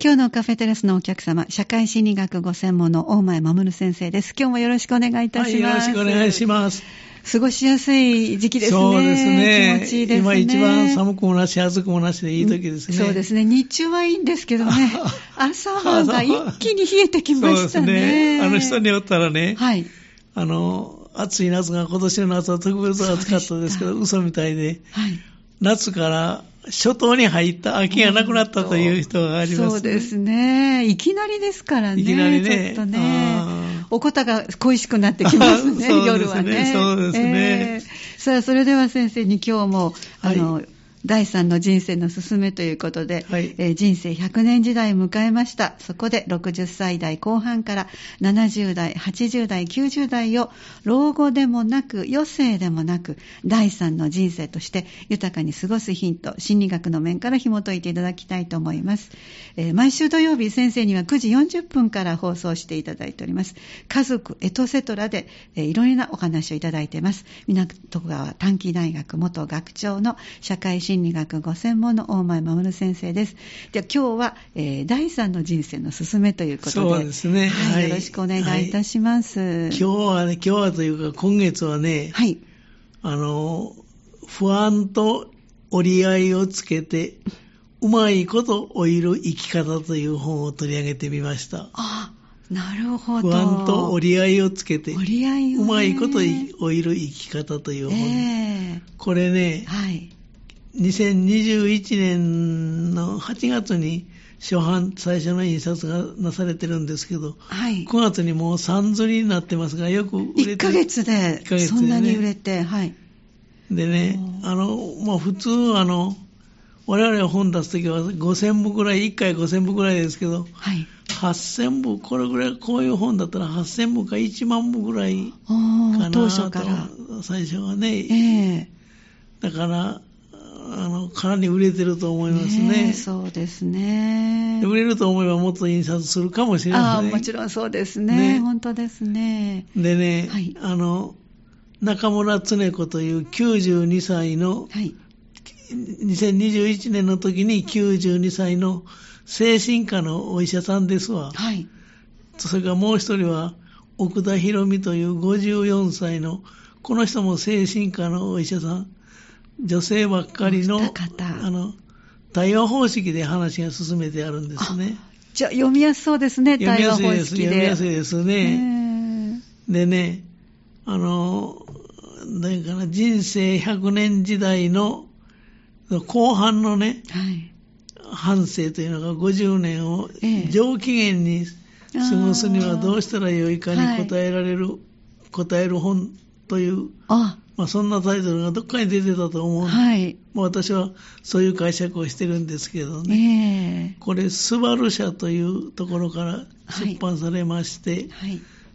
今日のカフェテラスのお客様、社会心理学ご専門の大前守先生です。今日もよろしくお願いいたします。 はい、よろしくお願いします。 過ごしやすい時期ですね。 そうですね。 気持ちいいですね。 今一番寒くもなし、暑くもなしでいい時ですね。 そうですね。日中はいいんですけどね。朝晩が一気に冷えてきましたね。 そうですね。人によったらね、 はい。 暑い夏が今年の夏は特別暑かったですけど、嘘みたいで、はい、夏から初冬に入った秋がなくなったという人がありますね。 そうですね。いきなりですからね。 いきなりね。 ちょっとね。おこたが恋しくなってきますね、夜はね。 そうですね。 さあ、それでは先生に今日も、第3の人生の勧めということで、はい、人生100年時代を迎えました。そこで60歳代後半から70代、80代、90代を老後でもなく余生でもなく第3の人生として豊かに過ごすヒント、心理学の面から紐解いていただきたいと思います。毎週土曜日先生には9時40分から放送していただいております。家族エトセトラで、いろいろなお話をいただいています。港川短期大学元学長の社会心理学ご専門の大前守先生です。では今日は、第3の人生の勧めということで、 そうですね、 はい、よろしくお願いいたします。 はい、今日はというか今月はね、はい、不安と折り合いをつけてうまいこと老いる生き方という本を取り上げてみました。 あ、なるほど。 不安と折り合いをつけて折り合いを、ね、 うまいこと老いる生き方という本、これね、はい、2021年の8月に初版最初の印刷がなされてるんですけど、はい、9月にもう3刷りになってますが、よく売れてる。 1ヶ月でそんなに売れて、はい。 でね、普通我々が本出すときは5000部くらい、1回5000部くらいですけど、はい、8000部、これぐらい、こういう本だったら8000部か1万部ぐらいかなと、 当初から最初はね、だからかなり売れてると思いますね。 そうですね。 売れると思えばもっと印刷するかもしれませんね。 もちろんそうですね。本当ですね。 でね、はい、中村恒子という92歳の、はい、2021年の時に92歳の精神科のお医者さんですわ。はい。それからもう一人は奥田博美という54歳の、この人も精神科のお医者さん。女性ばっかりの対話方式で話が進めてあるんですね。 じゃあ読みやすそうですね、対話方式で。 読みやすいですね。でね、人生100年時代の後半のね、はい、半生というのが50年を上機嫌に過ごすにはどうしたらよいかに答える本という、そんなタイトルがどっかに出てたと思う。はい。私はそういう解釈をしてるんですけどね。これ、スバル社というところから出版されまして、はい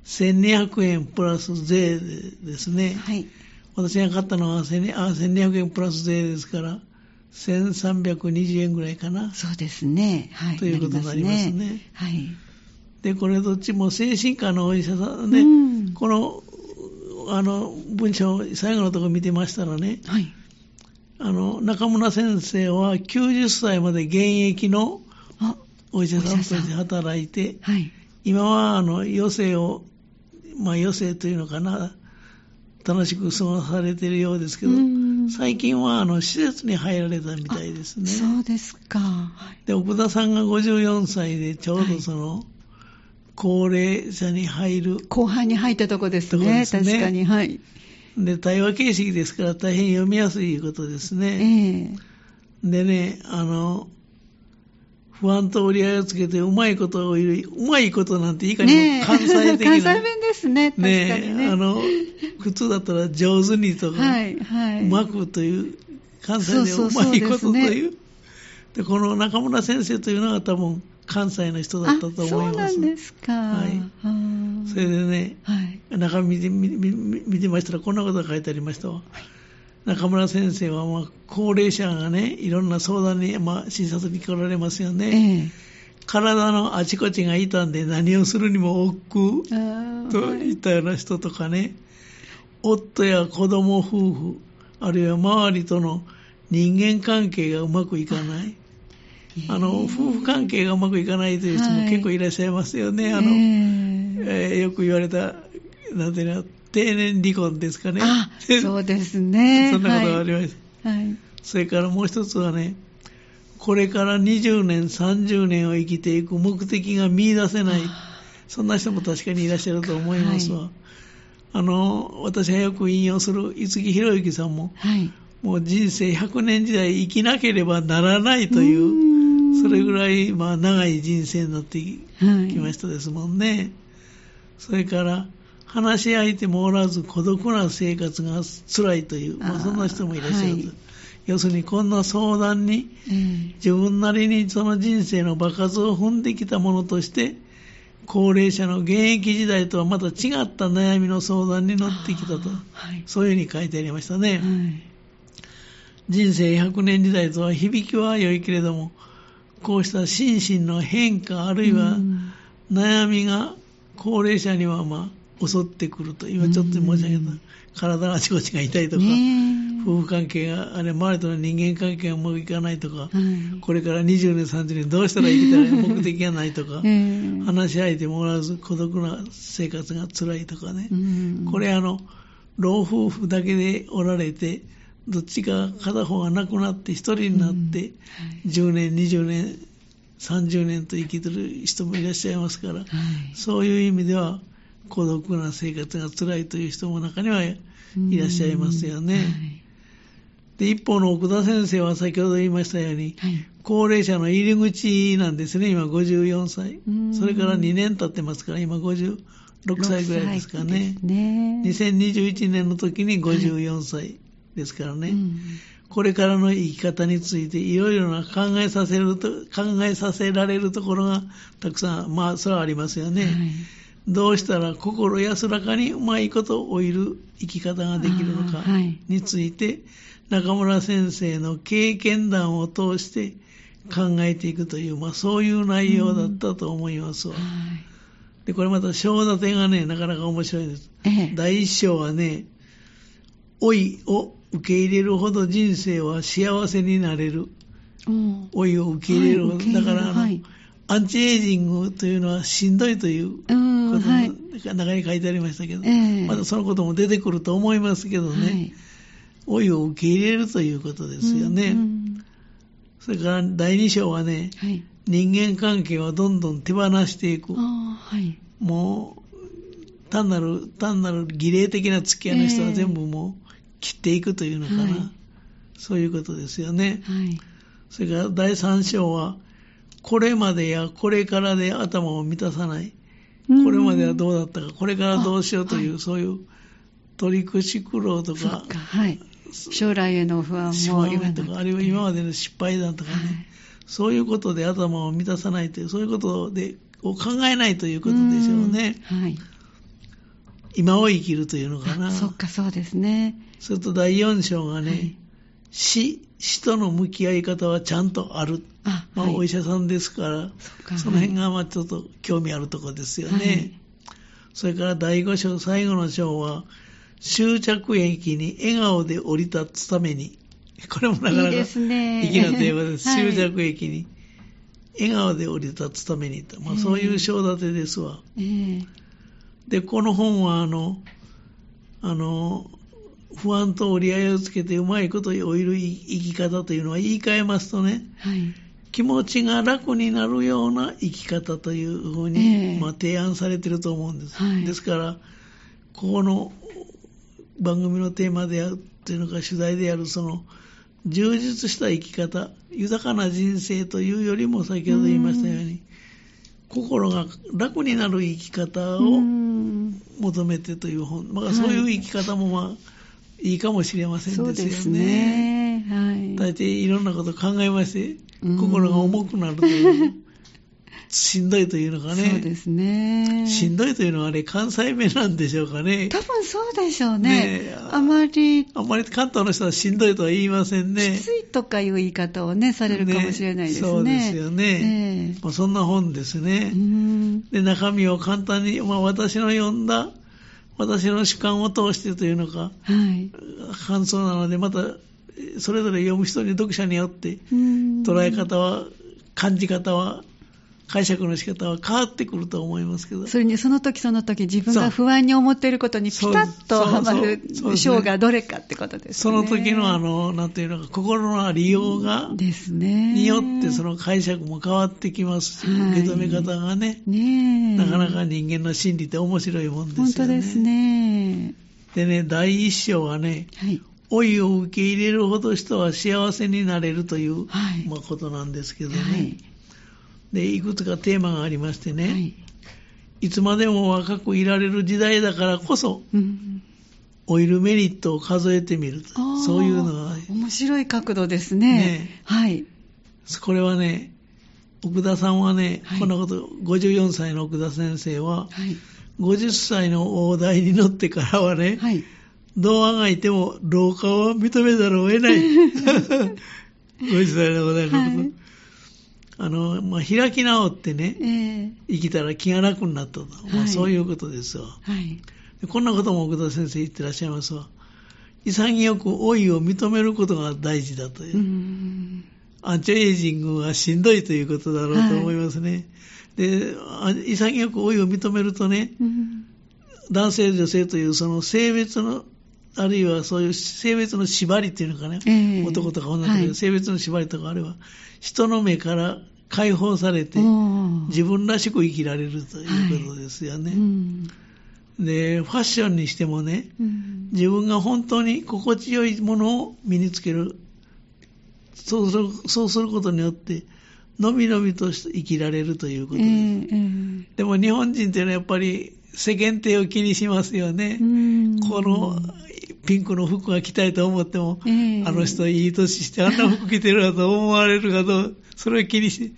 、1200円プラス税ですね。はい。私が買ったのは1200円プラス税ですから、1320円ぐらいかな。 そうですね。はい。 ということになりますね。 はい。で、 これどっちも精神科のお医者さんで、この文章最後のところ見てましたらね、はい、中村先生は90歳まで現役のお医者さんとして働いて、はい、今は余生を、余生というのかな、楽しく過ごされているようですけど、最近は施設に入られたみたいですね。 そうですか。 で、奥田さんが54歳でちょうど高齢者に入る後半に入ったとこですね。確かに、はい。 で、対話形式ですから大変読みやすいことですね。でね、不安と折り合いをつけてうまいことを言う、うまいことなんていかにも関西的な。 関西弁ですね。確かにね。 普通だったら上手にとか、はいはい、うまくという、関西でうまいことという。で、この中村先生というのは多分、関西の人だったと思います。そうなんですか。はい。 それでね、はい、中身見てましたらこんなことが書いてありましたわ。はい、中村先生は高齢者がね、いろんな相談に、診察に来られますよね。体のあちこちが痛んで何をするにも億劫といったような人とかね、はい、夫や子供夫婦、あるいは周りとの人間関係がうまくいかない。 夫婦関係がうまくいかないという人も結構いらっしゃいますよね。よく言われた、なんていうの、定年離婚ですかね。 そうですね。 そんなことがありました。 はい。 それからもう一つはね、これから20年、30年を生きていく目的が見出せない、そんな人も確かにいらっしゃると思いますわ。私がよく引用する五木ひろゆきさんも、もう人生100年時代生きなければならないという、それぐらい長い人生になってきましたですもんね。それから話し相手もおらず孤独な生活が辛いという、そんな人もいらっしゃると。要するにこんな相談に、自分なりにその人生の場数を踏んできたものとして、高齢者の現役時代とはまた違った悩みの相談に乗ってきたと、そういうふうに書いてありましたね。人生100年時代とは響きは良いけれども、こうした心身の変化あるいは悩みが高齢者には襲ってくると、今ちょっと申し上げた、体のあちこちが痛いとか、夫婦関係が周りとの人間関係がうまくいかないとか、これから20年30年どうしたら生きたら目的がないとか、話し相手もおらず孤独な生活が辛いとかね、これ老夫婦だけでおられて、どっちか片方が亡くなって一人になって、10年20年30年と生きてる人もいらっしゃいますから、そういう意味では孤独な生活が辛いという人も中にはいらっしゃいますよね。で、一方の奥田先生は先ほど言いましたように、高齢者の入り口なんですね。今54歳。それから2年経ってますから、今56歳ぐらいですかね。2021年の時に54歳ですからね。これからの生き方についていろいろな考えさせられるところがたくさん、それはありますよね。どうしたら心安らかにうまいことをいる生き方ができるのかについて、中村先生の経験談を通して考えていくという、そういう内容だったと思いますわ。で、これまた章立てがね、なかなか面白いです。第一章はね、老いを受け入れるほど人生は幸せになれる。老いを受け入れるほど。だからアンチエイジングというのはしんどいということが中に書いてありましたけど、またそのことも出てくると思いますけどね、老いを受け入れるということですよね。それから第2章はね、人間関係はどんどん手放していく。もう単なる儀礼的な付き合いの人は全部もう切っていくというのかな、そういうことですよね。それから第3章は、これまでやこれからで頭を満たさない。これまではどうだったか、これからどうしようという、そういう取り越し苦労とか、 将来への不安も言わないとか、あるいは今までの失敗談とかね、そういうことで頭を満たさないという、そういうことを考えないということでしょうね。今を生きるというのかな。 そうですね。 それと第4章がね、死との向き合い方はちゃんとある。お医者さんですから、その辺がちょっと興味あるところですよね。それから第5章、最後の章は、終着駅に笑顔で降り立つために、これもなかなか粋なテーマです。終着駅に笑顔で降り立つためにと、そういう章立てですわ。で、この本は不安と折り合いをつけてうまいことを得る生き方というのは言い換えますとね、気持ちが楽になるような生き方というふうに、提案されていると思うんです。ですから、この番組のテーマであるというのか、取材であるその充実した生き方、豊かな人生というよりも、先ほど言いましたように、心が楽になる生き方を求めてという本、そういう生き方もいいかもしれませんですよね。そうですね。大体いろんなことを考えまして、心が重くなるという、しんどいというのかね。 そうですね。 しんどいというのは関西弁なんでしょうかね。 多分そうでしょうね。あまり関東の人はしんどいとは言いませんね。 きついとかいう言い方をね、されるかもしれないですね。 そうですよね。そんな本ですね。で、中身を簡単に、私の読んだ、私の主観を通してというのか、感想なので、またそれぞれ読む人に、読者によって捉え方は感じ方は、解釈の仕方は変わってくると思いますけど。 それにその時その時自分が不安に思っていることにピタッとはまる章がどれかってことですね。 その時のなんていうのか、心のありようが、 ですね。 によってその解釈も変わってきますし、受け止め方がね、なかなか人間の心理って面白いもんですよね。 本当ですね。 でね、第一章はね、老いを受け入れるほど人は幸せになれるという、ことなんですけどね。で、いくつかテーマがありましてね、いつまでも若くいられる時代だからこそ、老いるメリットを数えてみると、そういうのが面白い角度ですね。はい。 これはね、奥田さんはね、こんなこと、54歳の奥田先生は、50歳の大台に乗ってからはね、どうあがいても老化を認めざるを得ない。50歳の大台のこと。開き直ってね、生きたら気が楽になったと。そういうことですわ。こんなことも奥田先生言ってらっしゃいますわ。潔く老いを認めることが大事だという。アンチエイジングはしんどいということだろうと思いますね。で、潔く老いを認めるとね、男性女性というその性別の、あるいはそういう性別の縛りっていうのかね、男とか女とか、性別の縛りとかあれば、人の目から解放されて自分らしく生きられるということですよね。で、ファッションにしてもね、自分が本当に心地よいものを身につける。そうすることによって、のびのびとして生きられるということです。でも日本人っていうのはやっぱり世間体を気にしますよね。このピンクの服が着たいと思っても、あの人いい年してあんな服着てるなと思われるかと、それを気にして、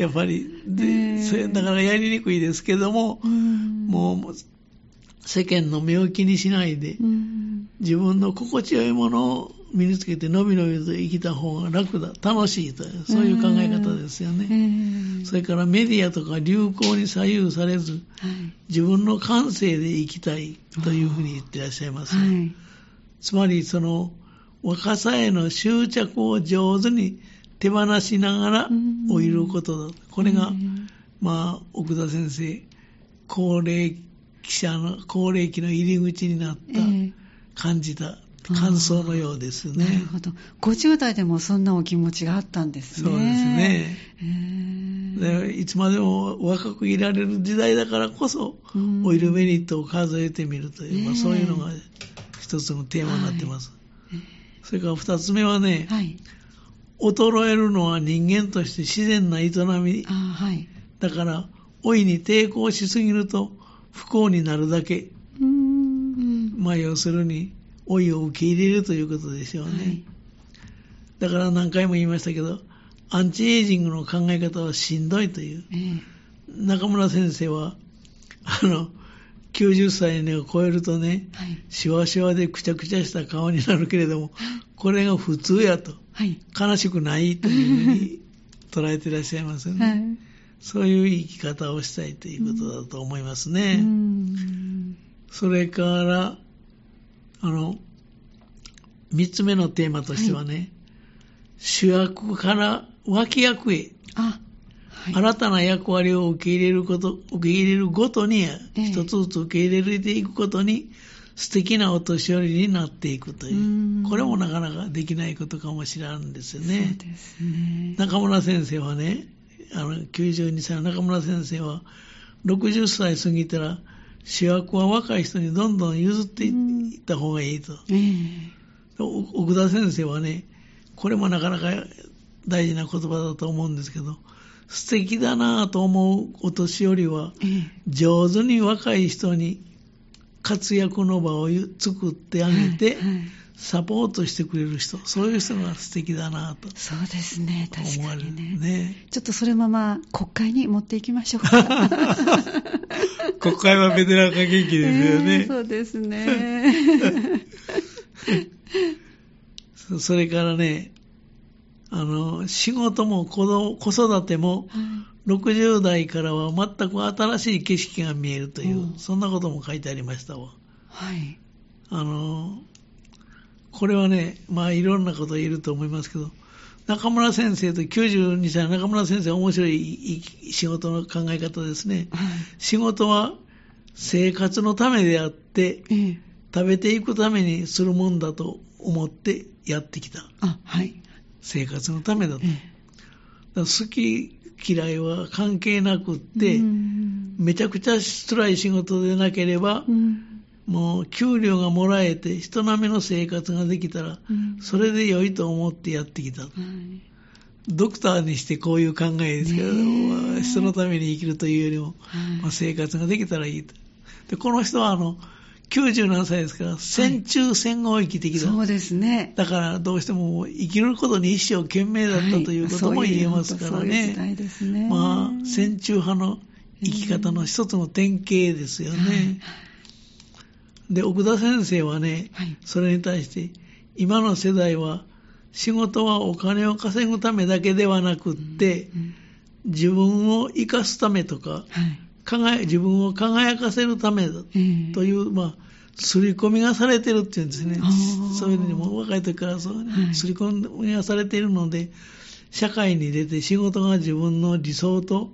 やっぱり、それなかなかやりにくいですけども、もう世間の目を気にしないで、自分の心地よいものを身につけてのびのびと生きた方が楽だ、楽しいという、そういう考え方ですよね。それからメディアとか流行に左右されず、自分の感性で生きたいというふうに言ってらっしゃいます。つまりその若さへの執着を上手に手放しながら老いることだ。これが、奥田先生、高齢期の入り口になった感じた感想のようですね。 なるほど。50代でもそんなお気持ちがあったんですね。 そうですね。でいつまでも若くいられる時代だからこそ、老いるメリットを数えてみるという、そういうのが一つのテーマになってます。それから二つ目はね、衰えるのは人間として自然な営み。だから、老いに抵抗しすぎると不幸になるだけ。要するに、老いを受け入れるということでしょうね。だから何回も言いましたけど、アンチエイジングの考え方はしんどいという。中村先生は、90歳を超えるとね、シワシワでくちゃくちゃした顔になるけれども、これが普通やと、悲しくないというふうに捉えていらっしゃいますよね。そういう生き方をしたいということだと思いますね。それから、三つ目のテーマとしてはね、主役から脇役へ、新たな役割を受け入れるごとに、一つずつ受け入れていくことに、素敵なお年寄りになっていくという、これもなかなかできないことかもしれないんですよね。 そうですね。 中村先生はね、92歳の中村先生は、60歳過ぎたら、主役は若い人にどんどん譲っていった方がいいと。奥田先生はね、これもなかなか大事な言葉だと思うんですけど、素敵だなぁと思うお年寄りは、上手に若い人に活躍の場を作ってあげて、サポートしてくれる人、そういう人が素敵だなぁと。 そうですね、確かにね。ちょっとそれまま国会に持っていきましょうか。 国会はベテランが元気ですよね。 そうですね。 それからね、仕事も子育ても、60代からは全く新しい景色が見えるという、そんなことも書いてありましたわ。これはね、いろんなこと言えると思いますけど、 中村先生と92歳の中村先生は面白い仕事の考え方ですね。仕事は生活のためであって、食べていくためにするもんだと思ってやってきた。生活のためだと。だから好き嫌いは関係なくって、めちゃくちゃ辛い仕事でなければ、もう給料がもらえて人並みの生活ができたら、それで良いと思ってやってきた。ドクターにしてこういう考えですけど、人のために生きるというよりも、生活ができたらいいと。でこの人は97歳ですから、戦中戦後を生きてきた。 そうですね。 だからどうしても生きることに一生懸命だったということも言えますからね。 そういう時代ですね。 戦中派の生き方の一つの典型ですよね。で、奥田先生はね、それに対して、今の世代は仕事はお金を稼ぐためだけではなくって、自分を生かすためとか、自分を輝かせるためだという、刷り込みがされてるっていうんですね。そういうのにも若い時からそう、刷り込みがされているので、社会に出て仕事が自分の理想と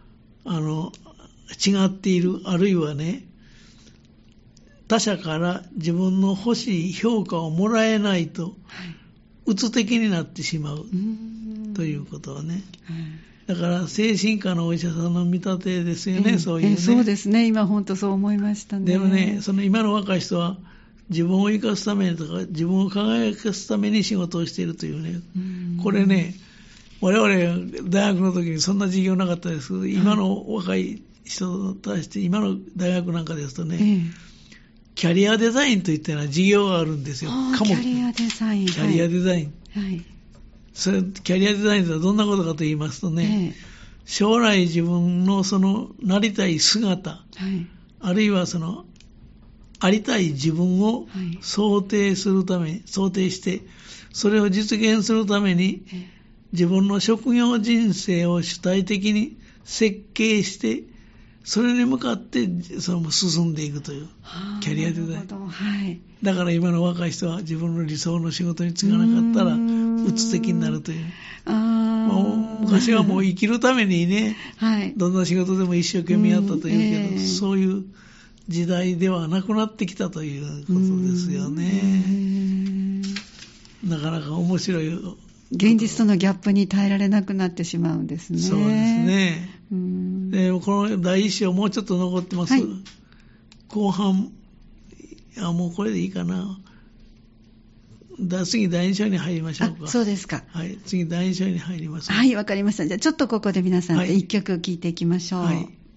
違っている、あるいはね、他者から自分の欲しい評価をもらえないと、鬱的になってしまうということはね。だから精神科のお医者さんの見立てですよね、そういうね。 そうですね、今本当そう思いましたね。 でもね、その今の若い人は自分を生かすためにとか、自分を輝かすために仕事をしているというね。これね、我々大学の時にそんな授業なかったですけど、今の若い人に対して、今の大学なんかですとね、キャリアデザインといったような授業があるんですよ。 キャリアデザイン。 キャリアデザイン。それキャリアデザインとはどんなことかと言いますとね、将来自分のそのなりたい姿、あるいはそのありたい自分を想定するため、想定してそれを実現するために自分の職業人生を主体的に設計してそれに向かって進んでいくというキャリアデザイン。だから今の若い人は自分の理想の仕事に就かなかったら鬱的になるという。もう昔はもう生きるためにね、どんな仕事でも一生懸命やったというけど、そういう時代ではなくなってきたということですよね。なかなか面白い。 現実とのギャップに耐えられなくなってしまうんですね。 そうですね。でこの第一章もうちょっと残ってます。後半、もうこれでいいかな。次第二章に入りましょうか。 そうですか。 次第二章に入ります。 わかりました。じゃあちょっとここで皆さんで一曲聴いていきましょう。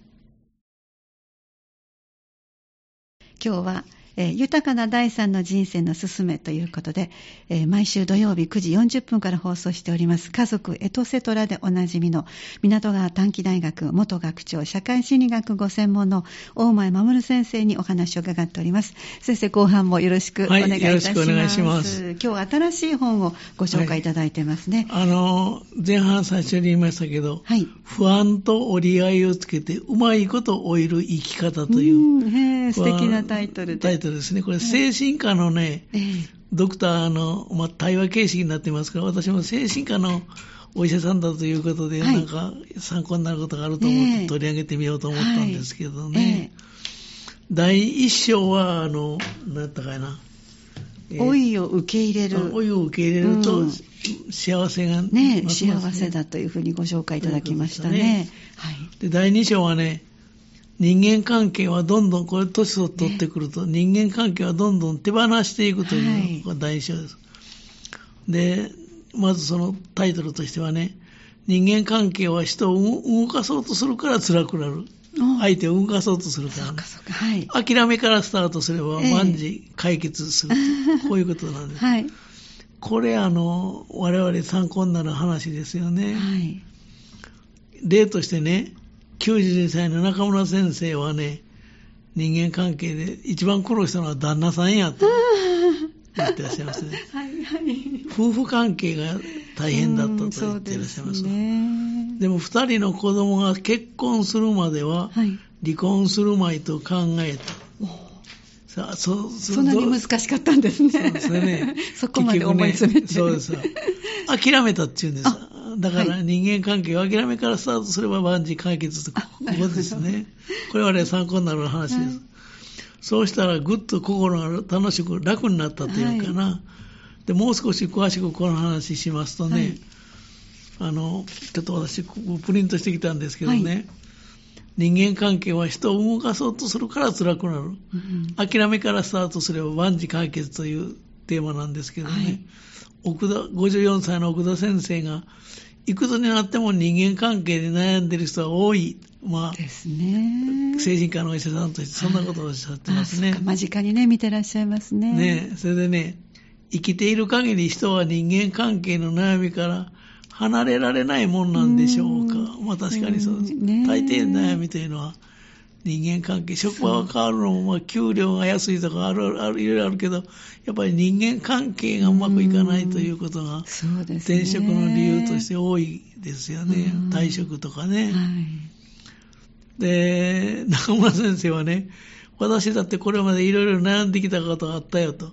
今日は豊かな第三の人生のすすめということで、毎週土曜日9時40分から放送しております家族エトセトラでおなじみの港川短期大学元学長社会心理学ご専門の大前守先生にお話を伺っております。先生、後半もよろしくお願いいたします。よろしくお願いします。今日は新しい本をご紹介いただいてますね。 前半最初に言いましたけど、不安と折り合いをつけてうまいこと老いる生き方という、 素敵なタイトルで。 ですね、これ精神科のね、ドクターの、対話形式になってますから、私も精神科のお医者さんだということで、なんか参考になることがあると思って取り上げてみようと思ったんですけどね。第一章は何だったかな、 老いを受け入れる。 老いを受け入れると、幸せが、 幸せだというふうにご紹介いただきましたね。 で第二章はね、人間関係はどんどん、これ年を取ってくると、人間関係はどんどん手放していくというのが第一章です。で、まずそのタイトルとしてはね、人間関係は人を動かそうとするから辛くなる。相手を動かそうとするからね。諦めからスタートすれば万事解決する。こういうことなんです。これ我々参考になる話ですよね。例としてね、92歳の中村先生はね、人間関係で一番苦労したのは旦那さんやと言ってらっしゃいますね。夫婦関係が大変だったと言ってらっしゃいます。でも2人の子供が結婚するまでは、離婚するまいと考えた。 そんなに難しかったんですね。 そうですね。 そこまで思い詰めて。 そうです。諦めたっていうんです。だから人間関係を諦めからスタートすれば万事解決と、ここですね。これはね、参考になる話です。はい、そうしたらぐっと心が楽しく楽になったというかな。はい、でもう少し詳しくこの話しますとね、はい、ちょっと私プリントしてきたんですけどね、はい、人間関係は人を動かそうとするから辛くなる、うん、諦めからスタートすれば万事解決というテーマなんですけどね、はい、54歳の奥田先生がいくつになっても人間関係で悩んでいる人は多い、 ですね、 精神科のお医者さんとしてそんなことをおっしゃってますね。 間近にね見てらっしゃいますね。 ね、それでね、生きている限り人は人間関係の悩みから離れられないもんなんでしょうか。確かにそうです、大抵の悩みというのは人間関係、職場は変わるのも、給料が安いとかいろいろあるけど、やっぱり人間関係がうまくいかないということが、転職の理由として多いですよね。退職とかね。はい、で、中村先生はね、私だってこれまでいろいろ悩んできたことがあったよと。はい、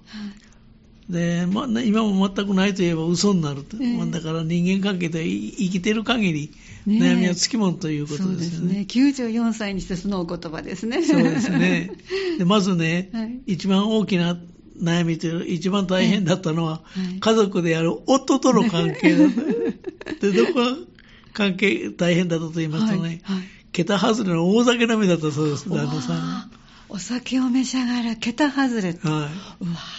で、今も全くないと言えば嘘になると。だから人間関係で生きてる限り、悩みはつきもんということですよね。 そうですね。94歳にしてそのお言葉ですね。 そうですね。でまずね、はい、一番大きな悩みという、一番大変だったのは、はい、家族である夫との関係だった。で、どこが関係大変だったと言いますとね、はいはい、桁外れの大酒飲みだったそうです、旦那さん。 お酒を召し上がる桁外れ。 はい。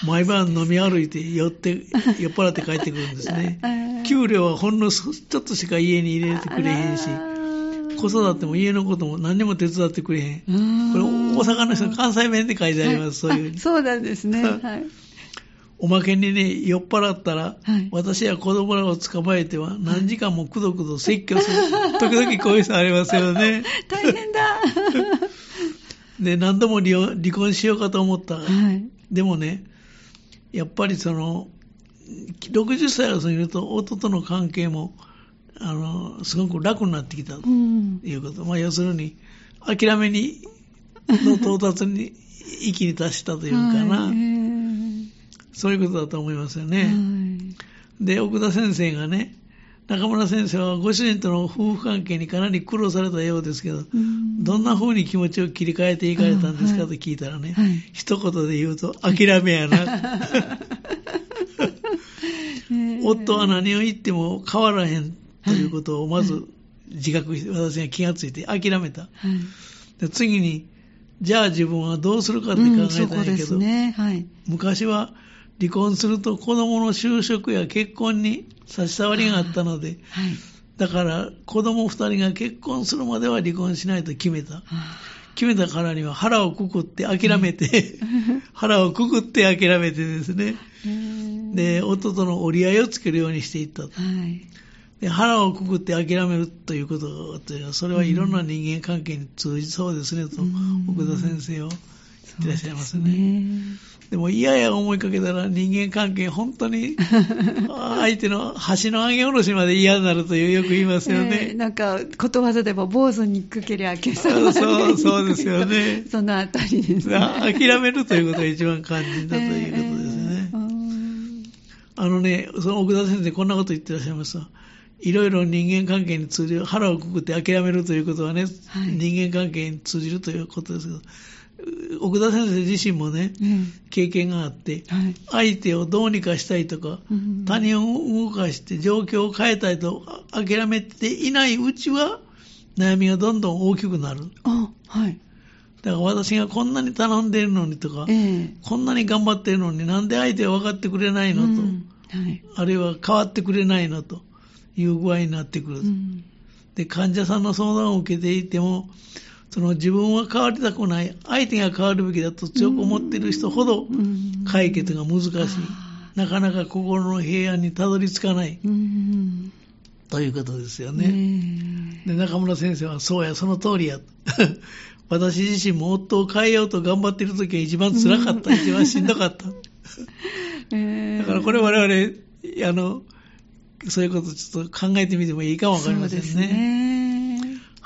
毎晩飲み歩いて酔っ払って帰ってくるんですね。給料はほんのちょっとしか家に入れてくれへんし、子育ても家のことも何にも手伝ってくれへん。これ大阪の人の関西弁で書いてあります、はい、そういう。 そうなんですね。はい。 おまけにね、酔っ払ったら、はい、私や子供らを捕まえては何時間もくどくど説教する。時々こういう人ありますよね。 大変だ。 で、何度も離婚しようかと思った。はい、でもね、やっぱり60歳を過ぎると、夫との関係も、すごく楽になってきたということ。要するに、諦めの到達に、域に達したというかな、はい、そういうことだと思いますよね。はい、で、奥田先生がね、中村先生はご主人との夫婦関係にかなり苦労されたようですけど、どんな風に気持ちを切り替えていかれたんですかと聞いたらね、はい、一言で言うと、諦めやな。夫は何を言っても変わらへんということをまず自覚して、私が気がついて諦めた。はい、で次に、じゃあ自分はどうするかって考えたんやけど、 ね、はい、 昔は離婚すると子供の就職や結婚に差し障りがあったので、はい、だから子供2人が結婚するまでは離婚しないと決めた。決めたからには腹をくくって諦めて、腹をくくって諦めてですね、で、夫との折り合いをつけるようにしていったと。はい、で腹をくくって諦めるということというのは、それはいろんな人間関係に通じそうですね、と、奥田先生を言ってらっしゃいますね。でも嫌や思いかけたら人間関係本当に相手の橋の上げ下ろしまで嫌になるというよく言いますよね。 なんかことわざでも坊主にくけりゃ今朝までそうですよね。 そのあたりですね。 諦めるということが一番肝心だということですね。その奥田先生こんなこと言ってらっしゃいます。いろいろ人間関係に通じる、腹をくくって諦めるということはね、はい、人間関係に通じるということですけど、奥田先生自身もね、経験があって、はい、相手をどうにかしたいとか、他人を動かして状況を変えたいと諦めていないうちは、悩みがどんどん大きくなる。 はい、 だから私がこんなに頼んでいるのにとか、こんなに頑張っているのになんで相手は分かってくれないのと、はい、あるいは変わってくれないのという具合になってくる。で、患者さんの相談を受けていても、自分は変わりたくない、相手が変わるべきだと強く思っている人ほど解決が難しい。なかなか心の平安にたどり着かない。ということですよね。で、中村先生はそうや、その通りや。私自身も夫を変えようと頑張っているときは一番辛かった、一番しんどかった。だからこれ我々、そういうことをちょっと考えてみてもいいかもわかりませんね。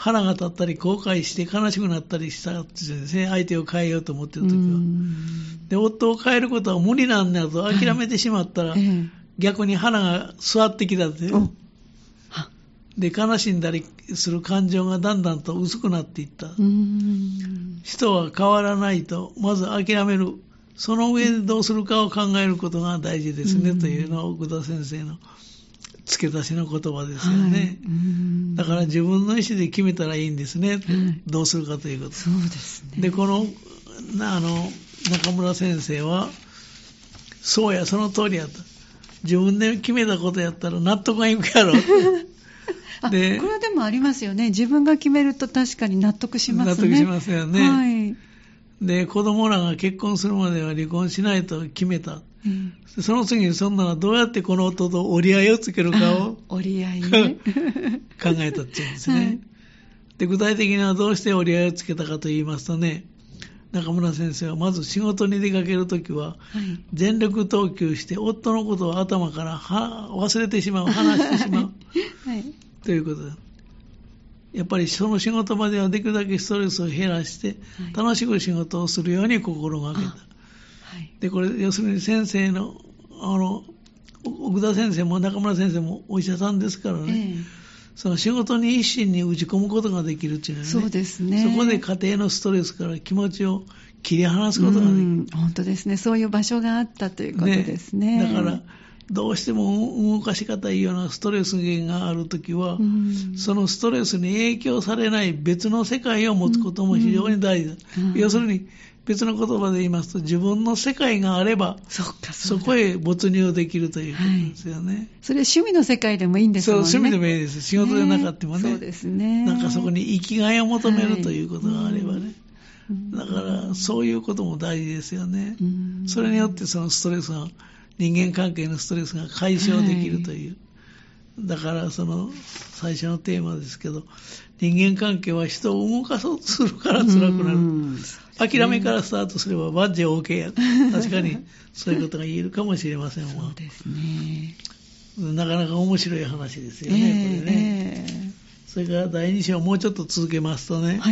腹が立ったり後悔して悲しくなったりしたんですね。相手を変えようと思っているときは。で、夫を変えることは無理なんだと諦めてしまったら、はい、逆に腹が据わってきたって。で、悲しんだりする感情がだんだんと薄くなっていった。人は変わらないと、まず諦める。その上でどうするかを考えることが大事ですね、というのは奥田先生の付け足しの言葉ですよね。だから自分の意思で決めたらいいんですね。どうするかということ。 そうですね。 で、この、中村先生は、そうや、その通りやと。自分で決めたことやったら納得がいくやろ。 で、これでもありますよね。自分が決めると確かに納得しますね。 納得しますよね。はい。で、子供らが結婚するまでは離婚しないと決めた。その次にそんなのどうやってこの夫と折り合いをつけるかを折り合いね考えたっていうんですね。はい、で、具体的にはどうして折り合いをつけたかと言いますとね、中村先生はまず仕事に出かけるときは、全力投球して夫のことを頭から忘れてしまう、話してしまう、はい、ということです。やっぱりその仕事場ではできるだけストレスを減らして、楽しく仕事をするように心がけた。で、これ、要するに先生の、奥田先生も中村先生もお医者さんですからね、その仕事に一心に打ち込むことができるっていうのはね、 そうですね。 そこで家庭のストレスから気持ちを切り離すことができる。 本当ですね。そういう場所があったということですね。 だから、どうしても動かし方いいようなストレス源があるときは、そのストレスに影響されない別の世界を持つことも非常に大事だ。要するに、別の言葉で言いますと、自分の世界があれば、そこへ没入できるということですよね。はい、 それ趣味の世界でもいいんですもんね。 そう、趣味でもいいです。仕事でなかったもね。 そうですね。 なんかそこに生きがいを求めるということがあればね。だから、そういうことも大事ですよね。それによってそのストレスが、人間関係のストレスが解消できるという。だからその最初のテーマですけど、人間関係は人を動かそうとするから辛くなる。諦めからスタートすれば万事 OK や。確かにそういうことが言えるかもしれませんわ。 そうですね。 なかなか面白い話ですよね、これね。それから第2章もうちょっと続けますとね。はい。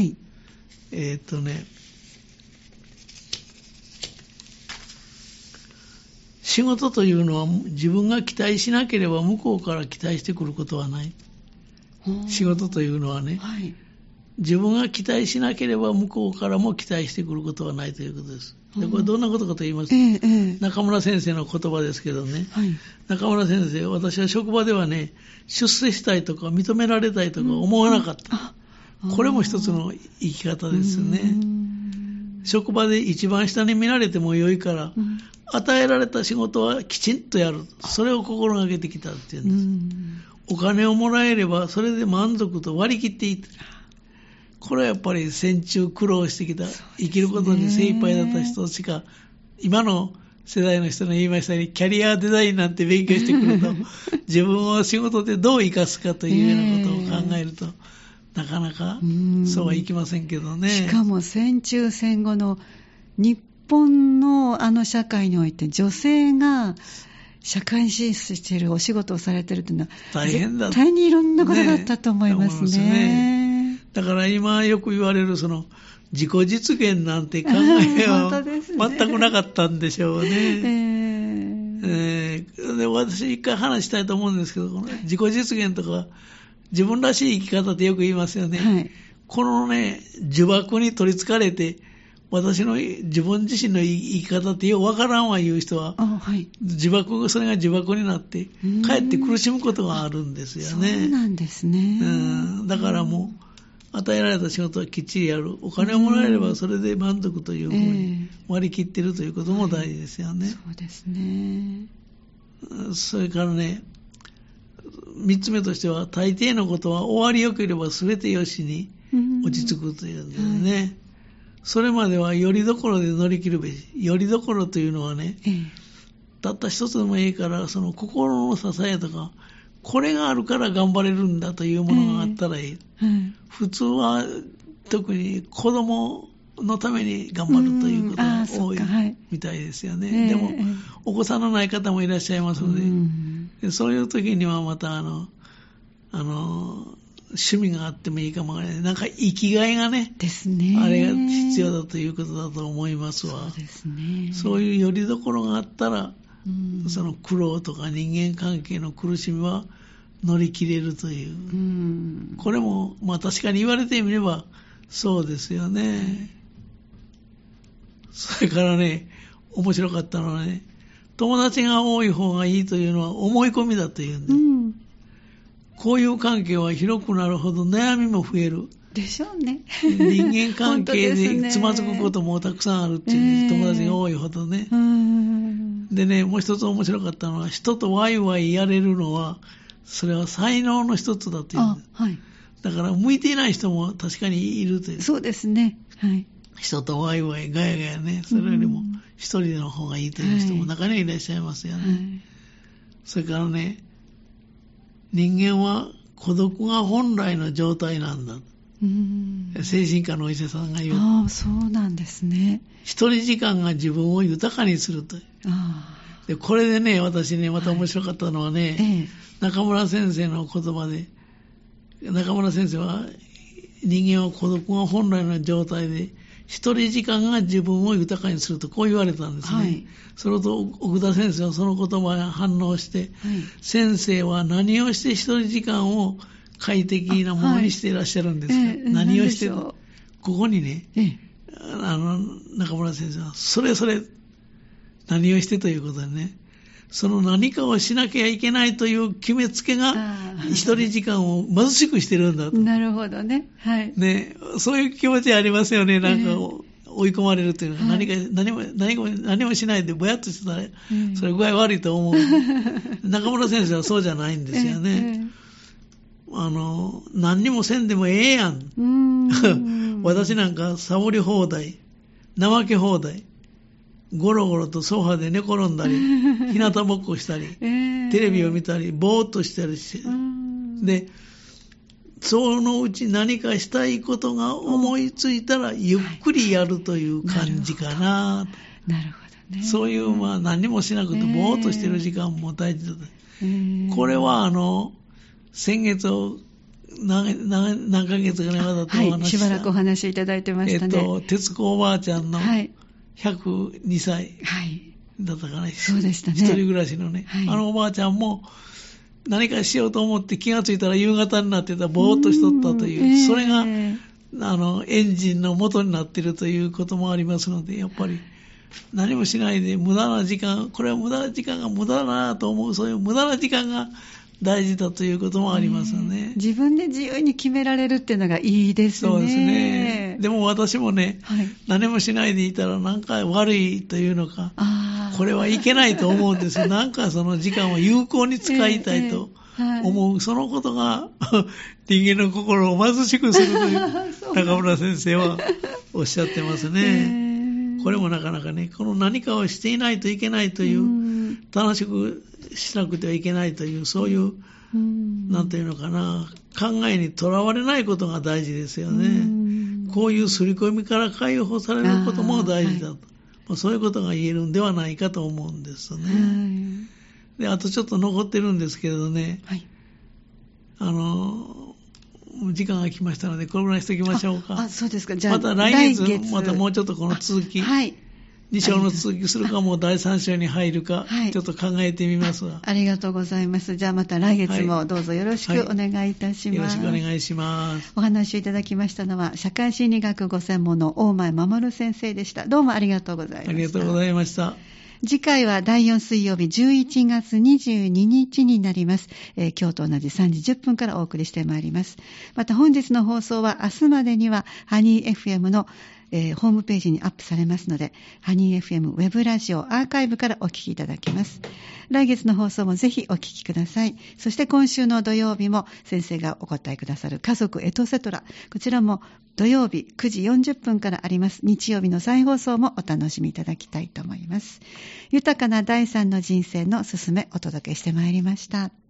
仕事というのは自分が期待しなければ向こうから期待してくることはない。仕事というのはね、はい、自分が期待しなければ向こうからも期待してくることはないということです。で、これどんなことかと言いますと、中村先生の言葉ですけどね、はい、中村先生、私は職場ではね、出世したいとか認められたいとか思わなかった。これも一つの生き方ですね。職場で一番下に見られても良いから、与えられた仕事はきちんとやる。それを心がけてきたっていうんです。お金をもらえればそれで満足と割り切っていた。これはやっぱり戦中苦労してきた、生きることに精一杯だった人しか、今の世代の人の言いましたようにキャリアデザインなんて勉強してくると自分を仕事でどう生かすかというようなことを考えると、なかなかそうはいきませんけどね。 しかも戦中戦後の日本の社会において女性が社会進出しているお仕事をされているというのは大変だ、 絶対にいろんなことだったと思いますね。 だから今よく言われるその自己実現なんて考えは全くなかったんでしょうね。で、私一回話したいと思うんですけど、この自己実現とか自分らしい生き方ってよく言いますよね。はい、このね、呪縛に取り憑かれて私の自分自身の生き方ってよくわからんわ言う人は、はい、それが呪縛になってかえって苦しむことがあるんですよね。 そうなんですね。 だからもう与えられた仕事はきっちりやる。お金をもらえればそれで満足というふうに割り切っているということも大事ですよね。 そうですね。 それからね、三つ目としては大抵のことは終わりよければ全てよしに落ち着くというんですね。はい、それまではよりどころで乗り切るべし。よりどころというのはね、たった一つでもいいから、その心の支えとか、これがあるから頑張れるんだというものがあったらいい。普通は特に子供のために頑張るということが多いみたいですよね。でも、お子さんのない方もいらっしゃいますので、そういう時にはまた趣味があってもいいかもわからない。なんか生きがいがね、 ですね。 あれが必要だということだと思いますわ。 そうですね。 そういう拠り所があったら、その苦労とか人間関係の苦しみは乗り切れるという。これも、まあ確かに言われてみればそうですよね。それからね、面白かったのはね、友達が多い方がいいというのは思い込みだというんです。こういう関係は広くなるほど悩みも増える。 でしょうね。 人間関係でつまずくこともたくさんあるっていうんです。友達が多いほどね。でね、もう一つ面白かったのは、人とワイワイやれるのは、それは才能の一つだというんです。はい、だから向いていない人も確かにいるという。 そうですね。はい。 人とワイワイガヤガヤね、それよりも一人の方がいいという人も中にはいらっしゃいますよね。はい、それからね、人間は孤独が本来の状態なんだ。精神科のお医者さんが言う。 ああ、そうなんですね。 一人時間が自分を豊かにするという。でこれでね、私ね、また面白かったのはね、中村先生の言葉で、中村先生は人間は孤独が本来の状態で、一人時間が自分を豊かにするとこう言われたんですね。はい、それと奥田先生はその言葉に反応して、はい、先生は何をして一人時間を快適なものにしていらっしゃるんですか、何をしてここにね、中村先生はそれ何をしてということでね、その何かをしなきゃいけないという決めつけが一人時間を貧しくしてるんだと。 なるほどね。はい。 ね、そういう気持ちありますよね。なんか追い込まれるというか、何もしないでぼやっとしてたら、それ具合悪いと思う。中村先生はそうじゃないんですよね。何にもせんでもええやん。私なんかサボり放題、怠け放題。ゴロゴロとソファで寝転んだり、日向ぼっこしたり、テレビを見たり、ぼーっとしたりして、で、そのうち何かしたいことが思いついたら、ゆっくりやるという感じかな。 なるほどね。 そういう、まあ何もしなくてぼーっとしてる時間も大事だと。これは先月を何ヶ月かにわたってお話した。 しばらくお話しいただいてましたね。 徹子おばあちゃんの、102歳だったかな、 そうでしたね。 一人暮らしのね、おばあちゃんも何かしようと思って気がついたら夕方になってた、ぼーっとしとったという、それがエンジンの元になっているということもありますので、やっぱり何もしないで無駄な時間、これは無駄な時間が無駄だなと思う、そういう無駄な時間が大事だということもありますよね。 自分で自由に決められるっていうのがいいですね。 そうですね。でも私もね、何もしないでいたらなんか悪いというのか、これはいけないと思うんですよ。なんかその時間を有効に使いたいと思う、そのことが人間の心を貧しくするという中村先生はおっしゃってますね。これもなかなかね、この何かをしていないといけないという、楽しくしなくてはいけないという、そういう、なんていうのかな、考えにとらわれないことが大事ですよね。こういう刷り込みから解放されることも大事だと。そういうことが言えるんではないかと思うんですね。で、あとちょっと残ってるんですけれどね、時間が来ましたので、これぐらいにしておきましょうか。 そうですか。じゃあ、 また来月、またもうちょっとこの続き。2章の続きするかも第3章に入るか、ちょっと考えてみますわ。 ありがとうございます。じゃあまた来月もどうぞよろしくお願いいたします。 よろしくお願いします。 お話をいただきましたのは、社会心理学ご専門の大前守先生でした。どうもありがとうございました。 ありがとうございました。 次回は第4水曜日11月22日になります。今日と同じ3時10分からお送りしてまいります。また本日の放送は明日までにはハニー FM のホームページにアップされますので、ハニー FM ウェブラジオアーカイブからお聞きいただけます。来月の放送もぜひお聞きください。そして今週の土曜日も先生がお答えくださる家族エトセトラ、こちらも土曜日9時40分からあります。日曜日の再放送もお楽しみいただきたいと思います。豊かな第三の人生のすすめお届けしてまいりました。